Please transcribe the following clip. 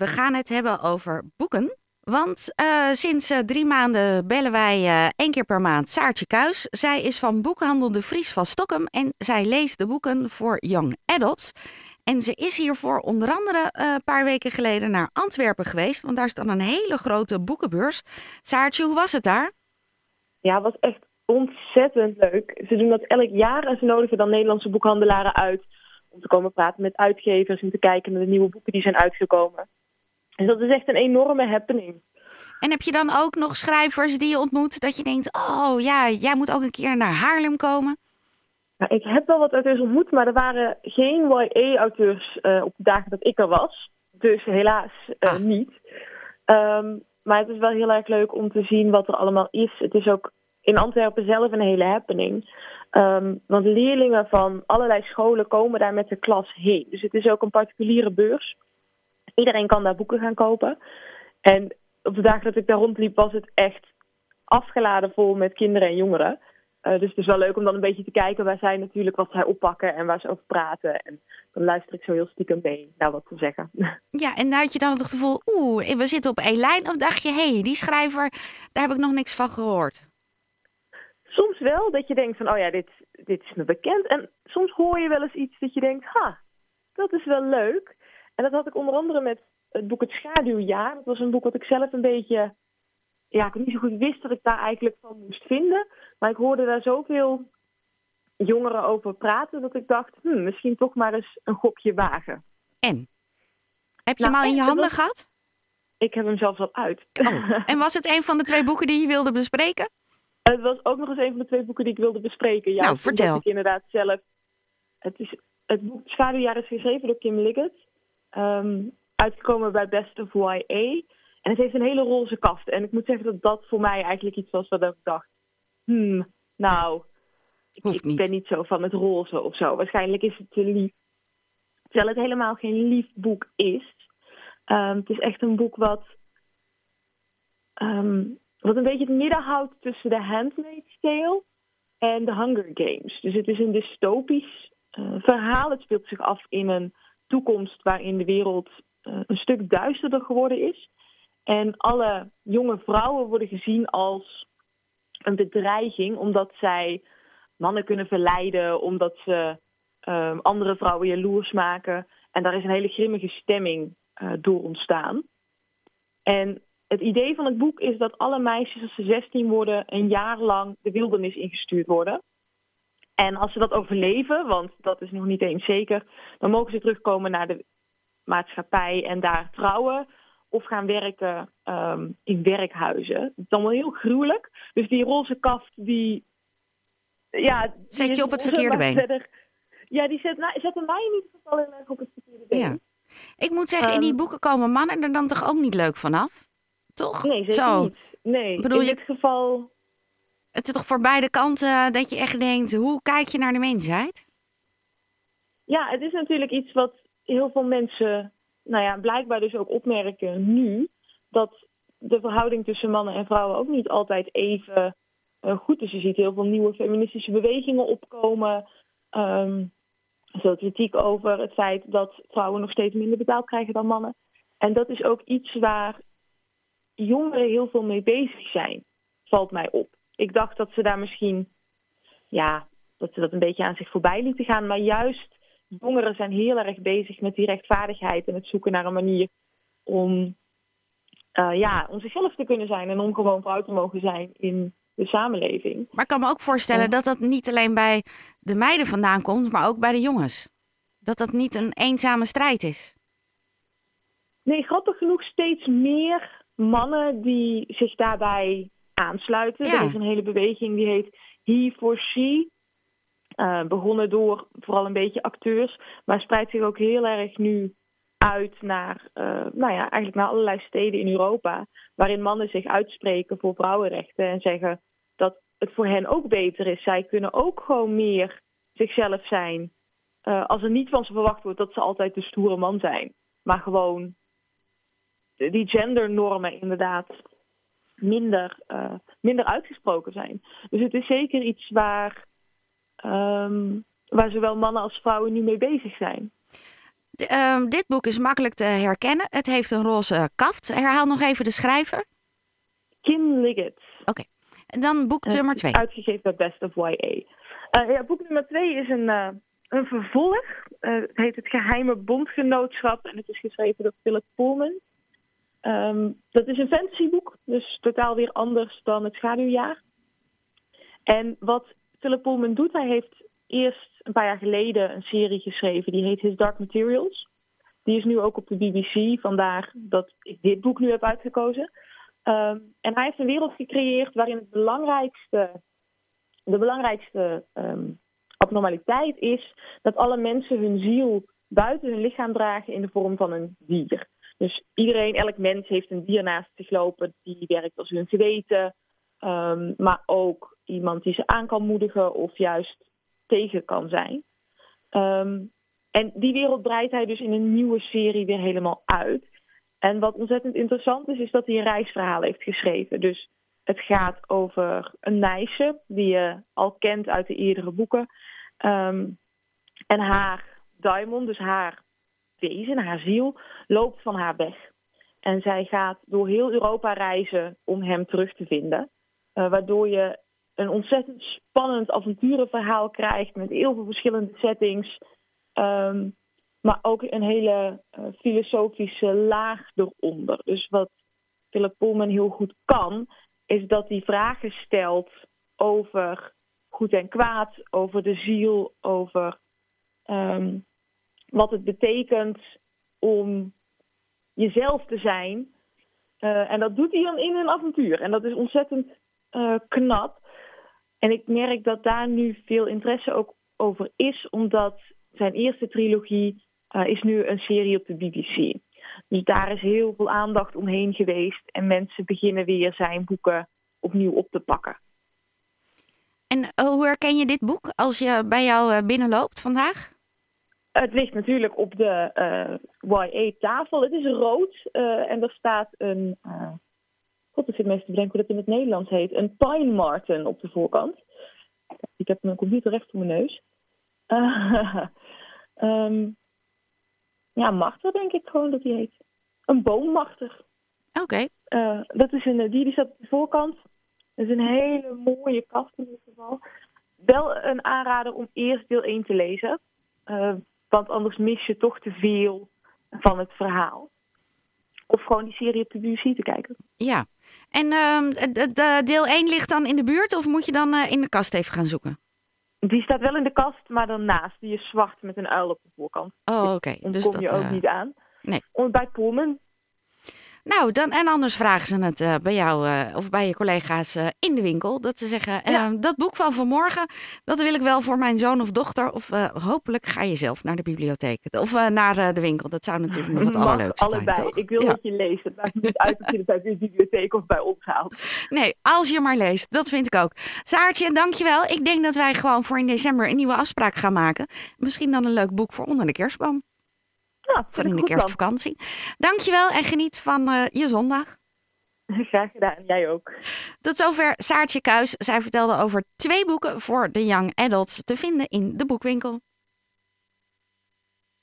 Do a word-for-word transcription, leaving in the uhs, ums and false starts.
we gaan het hebben over boeken. Want uh, sinds uh, drie maanden bellen wij uh, één keer per maand Saartje Kuijs. Zij is van boekhandel De Vries van Stokkum en zij leest de boeken voor young adults. En ze is hiervoor onder andere uh, een paar weken geleden naar Antwerpen geweest. Want daar is dan een hele grote boekenbeurs. Saartje, hoe was het daar? Ja, het was echt ontzettend leuk. Ze doen dat elk jaar en ze nodigen dan Nederlandse boekhandelaren uit om te komen praten met uitgevers en te kijken naar de nieuwe boeken die zijn uitgekomen. Dus dat is echt een enorme happening. En heb je dan ook nog schrijvers die je ontmoet dat je denkt, oh ja, jij moet ook een keer naar Haarlem komen? Nou, ik heb wel wat auteurs ontmoet, maar er waren geen Y A-auteurs uh, op de dagen dat ik er was. Dus helaas uh, ah. niet. Um, maar het is wel heel erg leuk om te zien wat er allemaal is. Het is ook in Antwerpen zelf een hele happening. Um, want leerlingen van allerlei scholen komen daar met de klas heen. Dus het is ook een particuliere beurs. Iedereen kan daar boeken gaan kopen. En op de dagen dat ik daar rondliep was het echt afgeladen vol met kinderen en jongeren. Uh, dus het is wel leuk om dan een beetje te kijken waar zij natuurlijk wat zij oppakken en waar ze over praten. En dan luister ik zo heel stiekem mee naar wat ze zeggen. Ja, en had je dan het gevoel, oeh, we zitten op één lijn? Of dacht je, hé, hey, die schrijver, daar heb ik nog niks van gehoord? Soms wel, dat je denkt van, oh ja, dit, dit is me bekend. En soms hoor je wel eens iets dat je denkt, ha, dat is wel leuk. En dat had ik onder andere met het boek Het Schaduwjaar. Dat was een boek wat ik zelf een beetje, ja, ik niet zo goed wist dat ik daar eigenlijk van moest vinden. Maar ik hoorde daar zoveel jongeren over praten dat ik dacht, hm, misschien toch maar eens een gokje wagen. En? Heb je nou, hem al in je handen was, gehad? Ik heb hem zelfs al uit. Oh. En was het een van de twee boeken die je wilde bespreken? Het was ook nog eens een van de twee boeken die ik wilde bespreken. Ja, nou, vertel. Omdat ik inderdaad zelf... Het, is, het boek Schaduwjaar is geschreven door Kim Liggett. Um, uitgekomen bij Best of Y A. En het heeft een hele roze kaft. En ik moet zeggen dat dat voor mij eigenlijk iets was wat ik dacht... Hmm, nou, ik, ik niet. ben niet zo van het roze of zo. Waarschijnlijk is het te lief. Terwijl het helemaal geen lief boek is. Um, het is echt een boek wat... Um, wat een beetje het midden houdt tussen The Handmaid's Tale en The Hunger Games. Dus het is een dystopisch uh, verhaal. Het speelt zich af in een toekomst waarin de wereld uh, een stuk duisterder geworden is. En alle jonge vrouwen worden gezien als een bedreiging, omdat zij mannen kunnen verleiden, omdat ze uh, andere vrouwen jaloers maken. En daar is een hele grimmige stemming uh, door ontstaan. En het idee van het boek is dat alle meisjes als ze zestien worden een jaar lang de wildernis ingestuurd worden. En als ze dat overleven, want dat is nog niet eens zeker, dan mogen ze terugkomen naar de maatschappij en daar trouwen of gaan werken um, in werkhuizen. Het is allemaal heel gruwelijk. Dus die roze kaft, die... Ja, zet die je op het verkeerde been? Verder, ja, die zet, nou, zet mij in ieder geval heel erg op het verkeerde been. Ja. Ik moet zeggen, um, in die boeken komen mannen er dan toch ook niet leuk vanaf? Toch? Nee, zeker Zo. niet. Nee, bedoel, in dit je, geval... Het is toch voor beide kanten dat je echt denkt, hoe kijk je naar de mensheid? Ja, het is natuurlijk iets wat heel veel mensen, nou ja, blijkbaar dus ook opmerken nu. Dat de verhouding tussen mannen en vrouwen ook niet altijd even uh, goed is. Je ziet heel veel nieuwe feministische bewegingen opkomen. Um, veel kritiek over het feit dat vrouwen nog steeds minder betaald krijgen dan mannen. En dat is ook iets waar jongeren heel veel mee bezig zijn, valt mij op. Ik dacht dat ze daar misschien, ja, dat ze dat een beetje aan zich voorbij lieten gaan. Maar juist jongeren zijn heel erg bezig met die rechtvaardigheid en het zoeken naar een manier om, uh, ja, om zichzelf te kunnen zijn en om gewoon vrouw te mogen zijn in de samenleving. Maar ik kan me ook voorstellen dat dat niet alleen bij de meiden vandaan komt, maar ook bij de jongens. Dat dat niet een eenzame strijd is. Nee, grappig genoeg steeds meer mannen die zich daarbij aansluiten. Ja. Er is een hele beweging die heet He for She. Uh, begonnen door vooral een beetje acteurs, maar spreidt zich ook heel erg nu uit naar, uh, nou ja, eigenlijk naar allerlei steden in Europa, waarin mannen zich uitspreken voor vrouwenrechten en zeggen dat het voor hen ook beter is. Zij kunnen ook gewoon meer zichzelf zijn. Uh, als er niet van ze verwacht wordt dat ze altijd de stoere man zijn, maar gewoon die gendernormen inderdaad minder, uh, minder uitgesproken zijn. Dus het is zeker iets waar, um, waar zowel mannen als vrouwen nu mee bezig zijn. D- ehm, dit boek is makkelijk te herkennen. Het heeft een roze kaft. Herhaal nog even de schrijver. Kim Liggett. Oké. En dan boek En nummer het is twee. uitgegeven bij Best of Y A. Uh, ja, boek nummer twee is een, uh, een vervolg. Uh, het heet Het Geheime Bondgenootschap en het is geschreven door Philip Pullman. Um, dat is een fantasyboek, dus totaal weer anders dan Het Schaduwjaar. En wat Philip Pullman doet, hij heeft eerst een paar jaar geleden een serie geschreven die heet His Dark Materials. Die is nu ook op de B B C, vandaar dat ik dit boek nu heb uitgekozen. Um, en hij heeft een wereld gecreëerd waarin het belangrijkste, de belangrijkste um, abnormaliteit is dat alle mensen hun ziel buiten hun lichaam dragen in de vorm van een dier. Dus iedereen, elk mens heeft een dier naast zich lopen die werkt als hun geweten, um, maar ook iemand die ze aan kan moedigen of juist tegen kan zijn. Um, en die wereld breidt hij dus in een nieuwe serie weer helemaal uit. En wat ontzettend interessant is, is dat hij een reisverhaal heeft geschreven. Dus het gaat over een meisje die je al kent uit de eerdere boeken. Um, en haar daimon, dus haar wezen, haar ziel, loopt van haar weg. En zij gaat door heel Europa reizen om hem terug te vinden. Uh, waardoor je een ontzettend spannend avonturenverhaal krijgt met heel veel verschillende settings. Um, maar ook een hele uh, filosofische laag eronder. Dus wat Philip Pullman heel goed kan, is dat hij vragen stelt over goed en kwaad, over de ziel, over um, wat het betekent om jezelf te zijn. Uh, en dat doet hij dan in een avontuur. En dat is ontzettend uh, knap. En ik merk dat daar nu veel interesse ook over is, omdat zijn eerste trilogie uh, is nu een serie op de B B C. Dus daar is heel veel aandacht omheen geweest en mensen beginnen weer zijn boeken opnieuw op te pakken. En uh, hoe herken je dit boek als je bij jou uh, binnenloopt vandaag? Het ligt natuurlijk op de uh, Y A-tafel. Het is rood uh, en er staat een... Uh, God, ik zit me even te bedenken hoe dat in het Nederlands heet. Een Pine Marten op de voorkant. Ik heb mijn computer recht voor mijn neus. Uh, um, ja, marter denk ik gewoon dat die heet. Een boommarter. Oké. Okay. Uh, dat is een die, die staat op de voorkant. Dat is een hele mooie kaft in ieder geval. Wel een aanrader om eerst deel één te lezen. Uh, want anders mis je toch te veel van het verhaal. Of gewoon die serie op de B B C te kijken. Ja. En uh, de, de deel één ligt dan in de buurt of moet je dan uh, in de kast even gaan zoeken? Die staat wel in de kast, maar daarnaast. Die is zwart met een uil op de voorkant. Oh, oké. Okay. Dus dus kom dat je ook uh... niet aan. Nee. Om, bij Pullman. Nou, dan, en anders vragen ze het uh, bij jou uh, of bij je collega's uh, in de winkel. Dat ze zeggen, uh, ja. dat boek van vanmorgen, dat wil ik wel voor mijn zoon of dochter. Of uh, hopelijk ga je zelf naar de bibliotheek. Of uh, naar uh, de winkel. Dat zou natuurlijk nog het Mag allerleukste allebei. zijn, toch? Ik wil ja. dat je leest. Het maakt niet uit of je het uit de bibliotheek of bij ons haalt. Nee, als je maar leest. Dat vind ik ook. Saartje, dankjewel. Ik denk dat wij gewoon voor in december een nieuwe afspraak gaan maken. Misschien dan een leuk boek voor onder de kerstboom. Ja, voor in de kerstvakantie. Dankjewel en geniet van uh, je zondag. Graag gedaan, jij ook. Tot zover Saartje Kuijs. Zij vertelde over twee boeken voor de young adults te vinden in de boekwinkel.